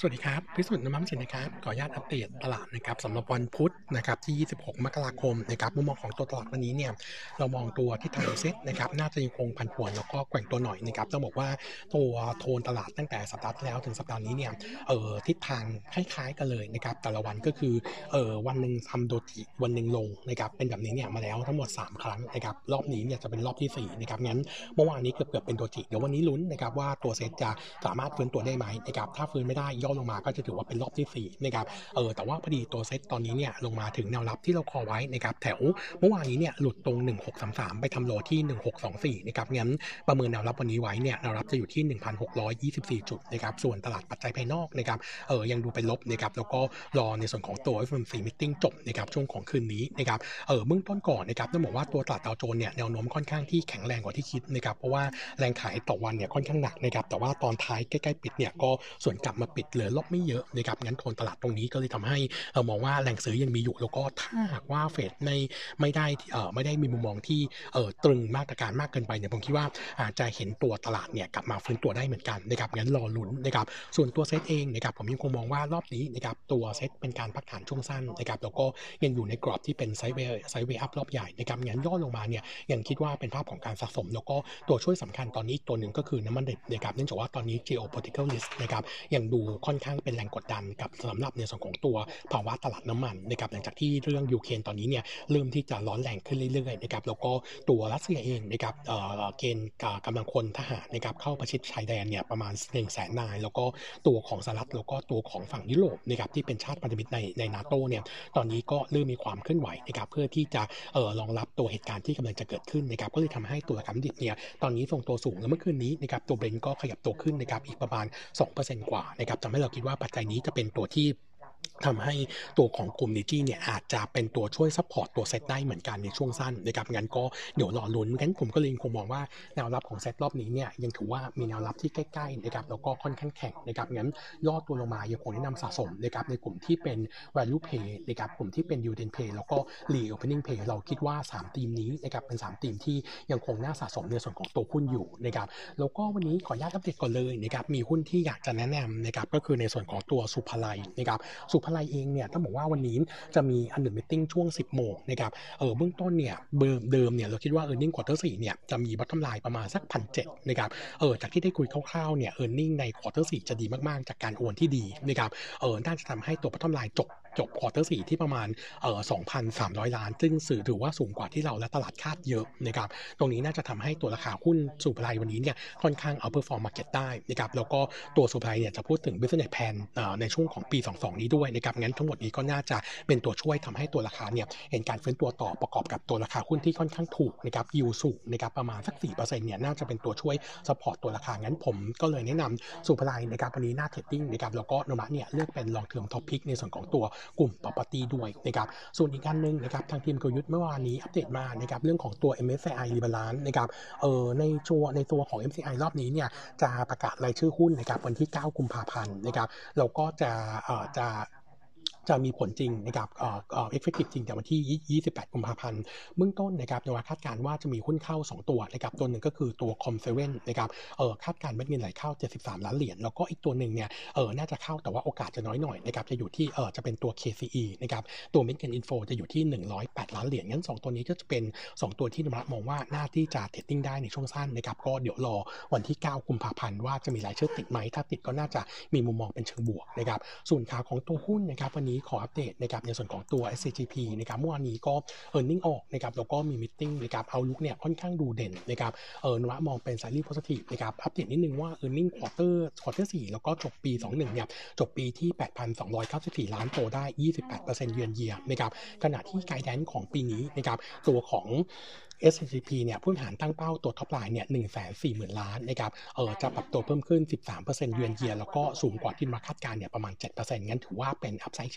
สวัสดีครับพิสุทธิ์น้ำมันสินนะครับขออนุญาตอัปเดตตลาดนะครับสำหรับวันพุธนะครับที่26มกราคมนะครับมุมมองของตัวตลาดวันนี้เนี่ยเรามองตัวทิศทางเซ็ตนะครับน่าจะยังคงผันผวนแล้วก็แกว่งตัวหน่อยนะครับต้องบอกว่าตัวโทนตลาดตั้งแต่สัปดาห์ที่แล้วถึงสัปดาห์นี้เนี่ยทิศทางคล้ายๆกันเลยนะครับแต่ละวันก็คือวันหนึ่งทำโดจิวันหนึ่งลงนะครับเป็นแบบนี้เนี่ยมาแล้วทั้งหมด3ครั้งนะครับรอบนี้เนี่ยจะเป็นรอบที่4นะครับงั้นเมื่อวานนี้เกือบเป็นโดจิเดี๋ยววันนี้ลุ้นนะครับว่าตัวเซ็ตจะสามารถฟื้นตัวได้ไหมนะครับถ้าฟื้นไม่ได้ย่อลงมาก็จะถือว่าเป็นรอบที่4นะครับแต่ว่าพอดีตัวเซ็ตตอนนี้เนี่ยลงมาถึงแนวรับที่เราคอไว้นะครับแถวเมื่อวานนี้เนี่ยหลุดตรง1633ไปทำโลที่1624นะครับงั้นประเมินแนวรับวันนี้ไว้เนี่ยแนวรับจะอยู่ที่1624จุดนะครับส่วนตลาดปัจจัยภายนอกนะครับยังดูเป็นลบนะครับแล้วก็รอในส่วนของตัว FOMC meeting จบนะครับช่วงของคืนนี้นะครับเบื้องต้นก่อนนะครับต้องบอกว่าตัวตลาดดาวโจนส์เนี่ยแนวโน้มค่อนข้างที่แข็งแรงกว่าที่คิดนะครับเพราะว่าแรงขายต่อวันเนี่ยค่อนข้างหนักนะครับแต่ว่าตอนท้ายใกล้ๆปิดเนี่ยก็ส่วนกลับมาปิดเหลือลบไม่เยอะนะครับงั้นโทนตลาดตรงนี้ก็เลยทำให้เรามองว่าแรงซื้อยังมีอยู่แล้วก็ถ้าหากว่าเฟดไม่ได้มีมุมมองที่ตรึงมาตรการมากเกินไปเนี่ยผมคิดว่าอาจจะเห็นตัวตลาดเนี่ยกลับมาฟื้นตัวได้เหมือนกันนะครับงั้นรอลุ้นนะครับส่วนตัวเซตเองนะครับผมยังคงมองว่ารอบนี้นะครับตัวเซตเป็นการพักฐานช่วงสั้นนะครับแล้วก็ยังอยู่ในกรอบที่เป็นไซด์เวย์อัพรอบใหญ่นะครับงั้นย่อลงมาเนี่ยยังคิดว่าเป็นภาพของการสะสมแล้วก็ตัวช่วยสำคัญตอนนี้ตัวหนึ่งก็คือน้ำมันดิบนะครับเนื่องจากว่าตอนนี้ geopolitical risk นะครับยังดูค่อนข้างเป็นแรงกดดันกับสำหรับในส่วนของตัวภาวะตลาดน้ำมันนะครับหลังจากที่เรื่องยูเครนตอนนี้เนี่ยเริ่มที่จะร้อนแรงขึ้นเรื่อยๆนะครับแล้วก็ตัวรัสเซียเองนะครับเกณฑ์กำลังพลทหารนะครับเข้าประชิดชายแดนเนี่ยประมาณ100,000นายแล้วก็ตัวของสหรัฐแล้วก็ตัวของฝั่งยุโรปนะครับที่เป็นชาติพันธมิตรในนาโตเนี่ยตอนนี้ก็เริ่มมีความเคลื่อนไหวนะครับเพื่อที่จะรองรับตัวเหตุการณ์ที่กำลังจะเกิดขึ้นนะครับก็เลยทำให้ตัวราคาน้ำมันดิบเนี่ยตอนนี้ทรงตัวสูงแล้วเมื่อคืนนี้นะครับตัวเบรนท์ก็ขยับตัวขึ้นนะครับอีกประมาณ2%กว่านะครับทำให้เราคิดว่าปัจจัยนี้จะเป็นตัวที่ทำให้ตัวของกลุ่ม Niji เนี่ยอาจจะเป็นตัวช่วยซัปพอร์ตตัวเซตได้เหมือนกันในช่วงสั้นนะครับงั้นก็เดี๋ยวรอลุ้นงั้นผมก็เลยยังคงมองว่าแนวรับของเซตรอบนี้เนี่ยยังถือว่ามีแนวรับที่ใกล้ๆนะครับแล้วก็ค่อนข้างแข็งนะครับงั้นย่อตัวลงมายังคงแนะนำสะสมนะครับในกลุ่มที่เป็น value play นะครับกลุ่มที่เป็น dividend play แล้วก็ reopening play เราคิดว่า3ธีมนี้นะครับเป็น3ธีมที่ยังคงน่าสะสมในส่วนของตัวหุ้นอยู่นะครับแล้วก็วันนี้ขออนุญาตอัปเดตก่อนเลยนะครับมีหุ้นที่อยากจะแนะนำนะครับก็คือในส่วนของตัวสุภาลัยนะครับ สุภาลัยเองเนี่ยต้องบอกว่าวันนี้จะมีอันดับมิทติ้งช่วง 10 โมงนะครับเบื้องต้นเนี่ยเดิมเนี่ยเราคิดว่า earning quarter 4เนี่ยจะมี bottom line ประมาณสัก1,700นะครับจากที่ได้คุยคร่าวๆเนี่ย earning ใน quarter 4จะดีมากๆจากการโอนที่ดีนะครับน่าจะทำให้ตัว bottom line จบ quarter 4ที่ประมาณ2,300 ล้านซึ่งถือว่าสูงกว่าที่เราและตลาดคาดเยอะนะครับตรงนี้น่าจะทำให้ตัวราคาหุ้นสุภาลัยวันนี้เนี่ยค่อนข้าง outperform market ได้นะครับแล้วก็ตัวสุภาลัยเนี่ยจะพูดถึง business plan ในช่วงของปี22นี้ด้วยนะครับงั้นทั้งหมดนี้ก็น่าจะเป็นตัวช่วยทำให้ตัวราคาเนี่ยเห็นการฟื้นตัวต่อประกอบกับตัวราคาหุ้นที่ค่อนข้างถูกนะครับ yield สูงนะครับประมาณสัก 4% เนี่ยน่าจะเป็นตัวช่วย support ตัวราคางั้นผมก็เลยแนะนำสุภาลัยนะครับวันนี้หน้า trading นะครับแล้วก็โนมะเนี่ยเลือกเป็น long term top pick ในส่วนของตัวกลุ่ม property ด้วยนะครับส่วนอีกอันนึงนะครับทางทีมกลยุทธ์เมื่อวานนี้อัปเดตมานะครับเรื่องของตัว MSCI Rebalance นะครับในตัวของ MSCI รอบนี้เนี่ยจะประกาศรายชื่อหุ้นนะครับวันที่9กุมภาพันธ์นะครับเราก็จะมีผลจริงนะครับeffective จริงแต่วันที่28กุมภาพันธ์เบื้องต้นนะครับโดยคาดการณ์ว่าจะมีหุ้นเข้า2ตัวนะครับตัวหนึ่งก็คือตัว Com7 นะครับคาดการณ์เม็ดเงินไหลเข้า73ล้านเหรียญแล้วก็อีกตัวหนึ่งเนี่ยน่าจะเข้าแต่ว่าโอกาสจะน้อยหน่อยนะครับจะอยู่ที่จะเป็นตัว KCE นะครับตัวเม็ดเงิน Info จะอยู่ที่108ล้านเหรียญงั้น2ตัวนี้ก็จะเป็น2ตัวที่มองว่าน่าที่จะเทรดดิ้งได้ในช่วงสั้นนะครับก็เดี๋ยวรอวันที่9กุมภาพันธ์ว่าจะมีรายชื่อติดไหมถ้าติดก็น่าจะมีมุมมองเป็นเชิงบวกนะครับส่วนขาของตัวหุ้นนะครับวันนี้ขออัปเดตนะครับในส่วนของตัว SCGP นะครับเมื่อวานนี้ก็ earning ออกนะครับแล้วก็มีมีตติ้งนะครับเอาลุกเนี่ยค่อนข้างดูเด่นนะครับนวะมองเป็น slightly positive นะครับอัปเดตนิดนึงว่า earning quarter 4แล้วก็จบปี21เนี่ยจบปีที่ 8,294 ล้านโตได้ 28% year-on-year นะครับขณะที่ guidance ของปีนี้นะครับตัวของ SCGP เนี่ยผู้บริหารตั้งเป้าตัวท็อปไลน์เนี่ย140,000 ล้านนะครับจะปรับตัวเพิ่มขึ้น 13% year-on-year แล้วก็สูงกว่าที่มาคาดการณ์เนี่ยประมาณ 7% งั้นถือว่าเป็น upside เชิ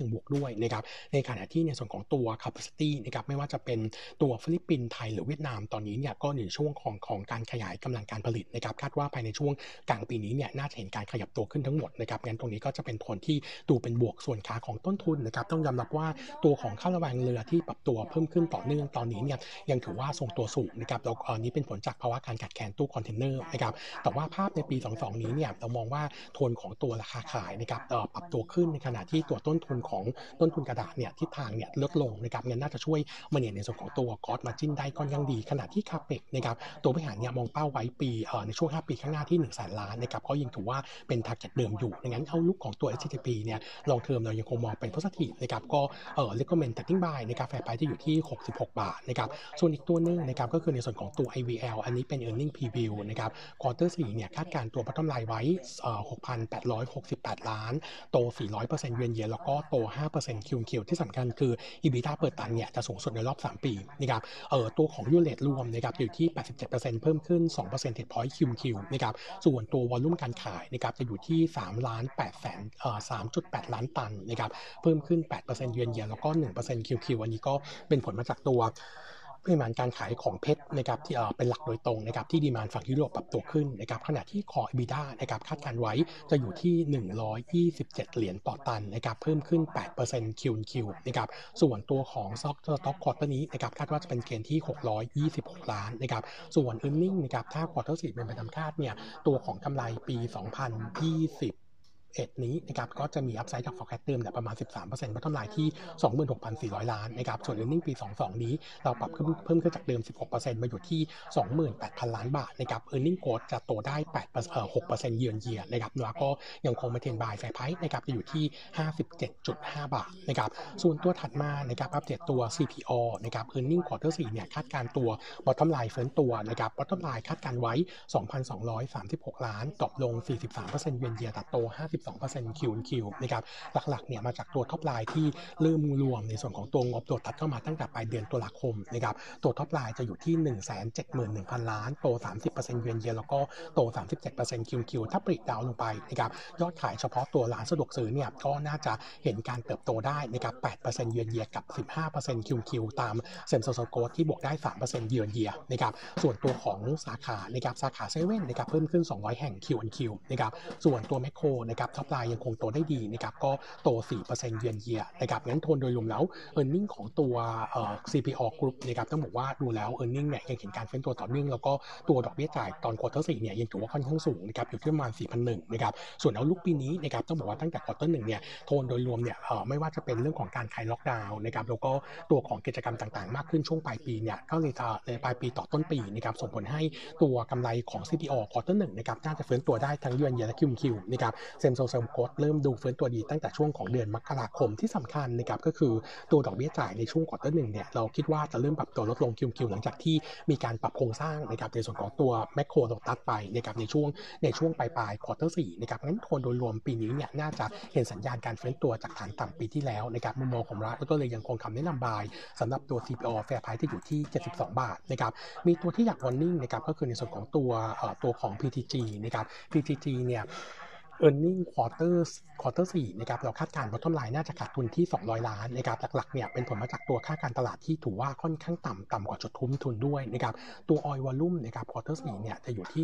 ชิงบวกด้วยนะครับในขณะที่ในส่วนของตัว capacity นะครับไม่ว่าจะเป็นตัวฟิลิปปินส์ไทยหรือเวียดนามตอนนี้เนี่ยก็อยู่ในช่วงของการขยายกำลังการผลิตนะครับคาดว่าภายในช่วงกลางปีนี้เนี่ยน่าจะเห็นการขยับตัวขึ้นทั้งหมดนะครับงั้นตรงนี้ก็จะเป็นผลที่ดูเป็นบวกส่วนขาของต้นทุนนะครับต้องยอมรับว่าตัวของค่าระวางเรือที่ปรับตัวเพิ่มขึ้นต่อเนื่องตอนนี้เนี่ยยังถือว่าทรงตัวสูงนะครับแล้วนี้เป็นผลจากภาวะการขาดแคลนตู้คอนเทนเนอร์นะครับแต่ว่าภาพในปี22นี้เนี่ยเรามองว่าโทนของตัวราคาขายนะครับปรับตัวขึ้นในขณะที่ตัวต้นทุนของต้นทุนกระดาษเนี่ยทิศทางเนี่ยลดลงนะครับงั้นน่าจะช่วยmanageในส่วนของตัว Gross Margin ได้ค่อนข้างดีขณะที่ Capex นะครับตัวบริหารเนี่ยมองเป้าไว้ปีในช่วง5ปีข้างหน้าที่ 100,000 ล้านนะครับก็ยังถือว่าเป็น target เดิมอยู่ดังนั้นoutlookของตัว SCTP เนี่ย long term เรายังคงมองเป็น positive นะครับก็recommend setting buy นะครับ fair price ที่อยู่ที่66 บาทนะครับส่วนอีกตัวนึงนะครับก็คือในส่วนของตัว IVL อันนี้เป็น earning preview นะครับ quarter 4เนี่ยคาดการณ์ตัว bottom line ไว้6,868 ล้านโต 400% year-on-year แล้วก็โต 5% Q-on-Q ที่สำคัญคือ EBITDA เปิดตันเนี่ยจะสูงสุดในรอบ3ปีนะครับตัวของ Utilization Rate รวมนะครับอยู่ที่ 87% เพิ่มขึ้น2 percentage point Q-on-Q นะครับส่วนตัว volume การขายนะครับจะอยู่ที่3.8 ล้านตันนะครับเพิ่มขึ้น 8% year-on-year แล้วก็ 1% Q-on-Q อันนี้ก็เป็นผลมาจากตัวปริมาณการขายของเพชรนะครับที่เป็นหลักโดยตรงนะครับที่ดีมานด์ฝั่งยุโรปปรับตัวขึ้นนะครับขณะที่ Core EBITDA นะครับคาดการไว้จะอยู่ที่$127ต่อตันนะครับเพิ่มขึ้น 8% Q-on-Q นะครับส่วนตัวของ Stock Quarter นี้นะครับคาดว่าจะเป็นเกณฑ์ที่626ล้านนะครับส่วน Earning นะครับถ้า Quarter 4เป็นไปตามคาดเนี่ยตัวของกำไรปี2020นี้นะครับก็จะมี upside จาก forecast เดิมเนี่ยประมาณ 13% bottom line ที่ 26,400 ล้านนะครับส่วน earning ปี22นี้เราปรับเพิ่มขึ้นจากเดิม 16% มาอยู่ที่ 28,000 ล้านบาทนะครับ earning growth จะโตได้6% year-on-year นะครับแล้วก็ยังคง maintain buy fair price นะครับจะอยู่ที่ 57.5 บาทนะครับส่วนตัวถัดมานะครับอัปเดตตัว CPO นะครับ earning quarter 4เนี่ยคาดการตัว bottom line เฟ้นตัวนะครับ bottom line คาดการไว้ 2,236 ล้านตกลง 43% year-on-year แต่โต 52% Q-on-Q นะครับหลักๆเนี่ยมาจากตัว top line ที่เริ่มรวมในส่วนของตัวงบโดดตัดเข้ามาตั้งแต่ปลายเดือนตุลาคมนะครับตัว top line จะอยู่ที่ 171,000 ล้านโต 30% year-on-year แล้วก็โต 37% Q-on-Q ถ้าปริดาวลงไปนะครับยอดขายเฉพาะตัวร้านสะดวกซื้อเนี่ยก็น่าจะเห็นการเติบโตได้นะครับ 8% year-on-year กับ 15% Q-on-Q ตาม Same Store Growth ที่บวกได้ 3% year-on-year นะครับส่วนตัวของสาขานะครับสาขา7นะครับเพิ่มขึ้น200แห่ง Q-on-Q นะครับส่วนตัวแมคโครนะครับท็อปไลน์ยังคงโตได้ดีนะครับก็โต 4% year-on-year นะครับงั้นโทนโดยรวมแล้ว earning ของตัวCPO Group นะครับต้องบอกว่าดูแล้ว earning เนี่ยยังเห็นการเฟ้นตัวต่อเนื่องแล้วก็ตัวดอกเบี้ยจ่ายตอน quarter 4เนี่ยยังถือว่าค่อนข้างสูงนะครับอยู่ที่ประมาณ 4,100 นะครับส่วนเอาลุกปีนี้นะครับต้องบอกว่าตั้งแต่ quarter 1เนี่ยโทนโดยรวมเนี่ยไม่ว่าจะเป็นเรื่องของการคลายล็อกดาวน์นะครับแล้วก็ตัวของกิจกรรมต่างๆมากขึ้นช่วงปลายปีเนี่ยก็เลยจะในปลายปีต่อต้นปีนะครับส่งผลให้ตัวกำไรของ CPO quarter 1นะครับน่าจะเฟ้นตัวได้ทั้ง year-on-year และ Q-on-Q นะครับSame Store Sales Growth เริ่มดูเฟ้นตัวดีตั้งแต่ช่วงของเดือนมกราคมที่สำคัญนะครับก็คือตัวดอกเบี้ยจ่ายในช่วง quarter 1เนี่ยเราคิดว่าจะเริ่มปรับตัวลดลง Q-on-Q หลังจากที่มีการปรับโครงสร้างนะครับในส่วนของตัวแมคโครโลตัสไปนะครับในช่วงปลาย quarter 4นะครับงั้นโทนโดยรวมปีนี้เนี่ยน่าจะเห็นสัญญาณการเฟ้นตัวจากฐานต่ำปีที่แล้วนะครับมุมมองของเราก็เลยยังคงคำแนะนำบายสำหรับตัว CPO Fair Price ที่อยู่ที่72 บาทนะครับมีตัวที่อยาก warning นะครับก็คือในส่วนของตัวของ PTG นะครับ PTG เนี่ย earning quarter 4นะครับเราคาดการณ์ bottom line น่าจะขาดทุนที่200ล้านนะครับหลักๆเนี่ยเป็นผลมาจากตัวค่าการตลาดที่ถือว่าค่อนข้างต่ำกว่าจุดทุ่มทุนด้วยนะครับตัว oil volume นะครับ quarter 4เนี่ยจะอยู่ที่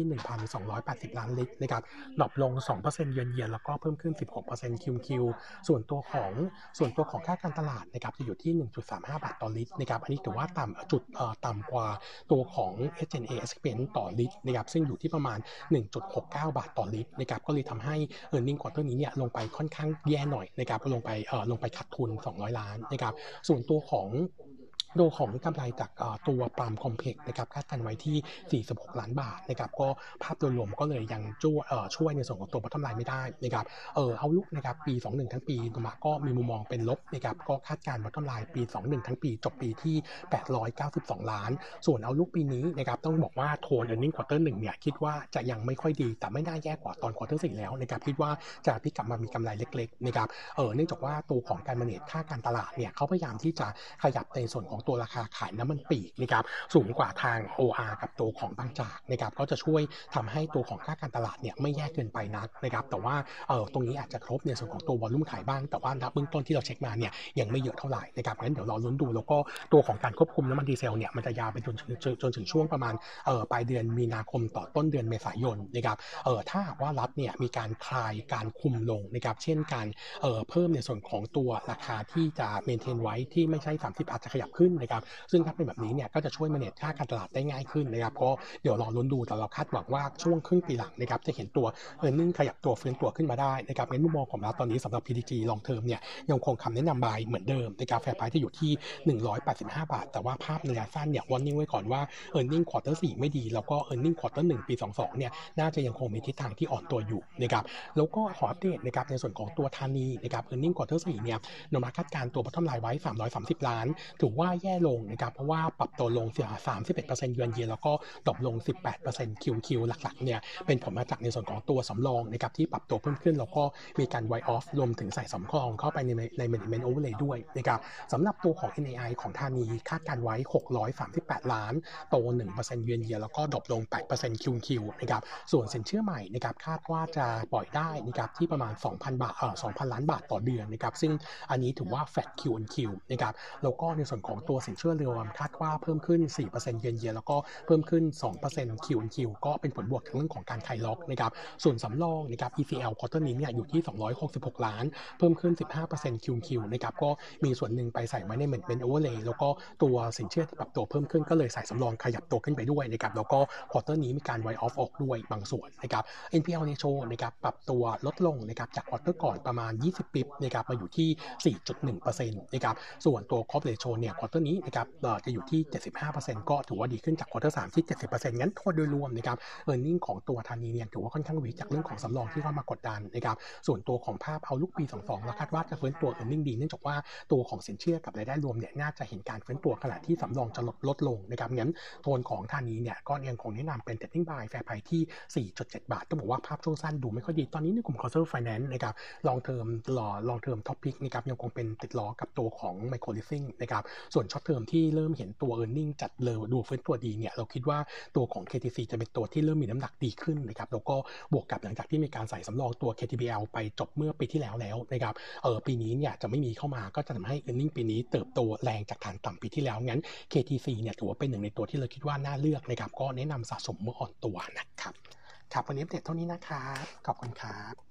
1,280 ล้านลิตรนะครับดรอปลง 2% year-on-year แล้วก็เพิ่มขึ้น 16% Q-on-Q ส่วนตัวของค่าการตลาดนะครับจะอยู่ที่ 1.35 บาทต่อลิตรนะครับอันนี้ถือว่าต่ำกว่าตัวของ SNA Expense ต่อลิตรนะครับซึ่งอยู่ที่ประมาณ 1.69 บาทต่อลิตรนะครับก็เลยทำให้earning quarter นี้เนี่ยลงไปค่อนข้างแย่หน่อยนะครับลงไปขาดทุน200ล้านนะครับส่วนตัวของกำไรจากตัวปาล์มคอมเพล็กซ์นะครับคาดการไว้ที่46ล้านบาทนะครับก็ภาพโดยรวมก็เลยยังช่วยในส่วนของตัว bottom line ไม่ได้นะครับoutlook นะครับปี21ทั้งปีก็มีมุมมองเป็นลบนะครับก็คาดการ bottom line ปี21ทั้งปีจบปีที่892ล้านส่วน outlook ปีนี้นะครับต้องบอกว่าโทน earning quarter 1เนี่ยคิดว่าจะยังไม่ค่อยดีแต่ไม่น่าแย่กว่าตอน quarter 4แล้วนะครับคิดว่าจะพลิกกลับมามีกำไรเล็กๆนะครับเนื่องจากว่าตัวของการ manage ค่าการตลาดเนี่ยเขาพยายามที่จะขยับในส่วนของของตัวราคาขายน้ำมันปลีกนะครับสูงกว่าทาง OR กับตัวของบางจากนะครับก็จะช่วยทำให้ตัวของค่าการตลาดเนี่ยไม่แย่เกินไปนักนะครับแต่ว่าตรงนี้อาจจะครบในส่วนของตัววอลลุ่มขายบ้างแต่ว่าณเบื้องต้นที่เราเช็คมาเนี่ยยังไม่เยอะเท่าไหร่นะครับงั้นเดี๋ยวรอลุ้นดูแล้วก็ตัวของการควบคุมน้ำมันดีเซลเนี่ยมันจะยาวไปจนถึงช่วงประมาณปลายเดือนมีนาคมต่อต้นเดือนเมษายนนะครับถ้าหากว่ารัฐเนี่ยมีการคลายการคุมลงนะครับเช่นการเพิ่มในส่วนของตัวราคาที่จะเมนเทนไว้ที่ไม่ใช่30อาจจะขยับขึ้นนะครับซึ่งถ้าเป็นแบบนี้เนี่ยก็จะช่วย manage ค่าการตลาดได้ง่ายขึ้นนะครับก็เดี๋ยวรอลุ้นดูแต่เราคาดหวังว่าช่วงครึ่งปีหลังนะครับจะเห็นตัว earning ขยับตัวฟื้นตัวขึ้นมาได้นะครับในมุมมองของเราตอนนี้สำหรับ PTG long term เนี่ยยังคงคำแนะนำ buy เหมือนเดิมนะครับ fair price จะอยู่ที่185บาทแต่ว่าภาพในระยะสั้นเนี่ย warning ไว้ก่อนว่า earning quarter 4ไม่ดีแล้วก็ earning quarter 1ปี22เนี่ยน่าจะยังคงมีทิศทางที่อ่อนตัวอยู่นะครับแล้วก็ขออัปเดตนะครับในส่วนของตัวธานีนะครับ earning quarter 4เนี่ยนำมาคาดการตัว bottom line ไว้330ล้านถือว่าแย่ลงนะครับเพราะว่าปรับตัวลงเสีย31% year-on-year แล้วก็ดรอปลง18% QQ หลักๆเนี่ยเป็นผลมาจากในส่วนของตัวสำรองนะครับที่ปรับตัวเพิ่มขึ้นแล้วก็มีการ write off รวมถึงใส่สำรองเข้าไปใน management overlay ด้วยนะครับสำหรับตัวของ NII ของธานีคาดการไว้638ล้านโต 1% year-on-year แล้วก็ดรอปลง8% QQ นะครับส่วนสินเชื่อใหม่นะครับคาดว่าจะปล่อยได้นะครับที่ประมาณ 2,000 2,000 ล้านบาทต่อเดือนนะครับซึ่งอันนี้ถือว่า flat Q-on-Q นะครับแล้วก็ในส่วนของตัวสินเชื่อรวมคาดว่าเพิ่มขึ้น 4% year-on-year แล้วก็เพิ่มขึ้น 2% Q-on-Q ก็เป็นผลบวกจากเรื่องของการคลายล็อกนะครับส่วนสำรองนะครับ ECL quarter นี้เนี่ยอยู่ที่266ล้านเพิ่มขึ้น 15% Q-on-Q นะครับก็มีส่วนหนึ่งไปใส่ไว้ใน management overlay แล้วก็ตัวสินเชื่อที่ปรับตัวเพิ่มขึ้นก็เลยใส่สำรองขยับตัวขึ้นไปด้วยนะครับแล้วก็ quarter นี้มีการ write off ออกด้วยบางส่วนนะครับ NPL ratio นะครับปรับตัวลดลงนะครับจาก quarter ก่อนประมาณ20ปิบนะครับมาอยู่ที่ 4.1% นะครับส่วนตัว coverage ratio เนี่ย quarter นี้นะครับจะอยู่ที่ 75% ก็ถือว่าดีขึ้นจาก quarter 3ที่ 70% งั้นโดยรวมนะครับ earning ของตัวธานีเนี่ยถือว่าค่อนข้างวีคจากเรื่องของสำรองที่เข้ามากดดันนะครับส่วนตัวของภาพเอาลุกปี22เราคาดว่าจะฟื้นตัว earning ดีเนื่องจากว่าตัวของสินเชื่อกับรายได้รวมเนี่ยน่าจะเห็นการฟื้นตัวขณะที่สำรองจะลดลงนะครับงั้นโทนของธานีเนี่ยก็ยังคงแนะนำเป็น trading buy fair price ที่ 4.7 บาทต้องบอกว่าภาพช่วงสั้นดูไม่ค่อยดีตอนนี้ในกลุ่ม consumer finance นะครับ long term topic นะครับยังคงเป็นติดล้อกับตัวของ micro leasing นะครับส่วน short term ที่เริ่มเห็นตัว earning จัดเลยดูฟื้นตัวดีเนี่ยเราคิดว่าตัวของ KTC จะเป็นตัวที่เริ่มมีน้ำหนักดีขึ้นนะครับแล้วก็บวกกับหลังจากที่มีการใส่สำรองตัว KTBL ไปจบเมื่อปีที่แล้วนะครับปีนี้เนี่ยจะไม่มีเข้ามาก็จะทำให้ earning ปีนี้เติบโตแรงจากฐานต่ำปีที่แล้วงั้น KTC เนี่ยถือว่าเป็นหนึ่งในตัวที่เราคิดว่าน่าเลือกนะครับก็แนะนำสะสมเมื่ออ่อนตัวนะครับครับวันนี้อัปเดตเท่านี้นะครับขอบคุณครับ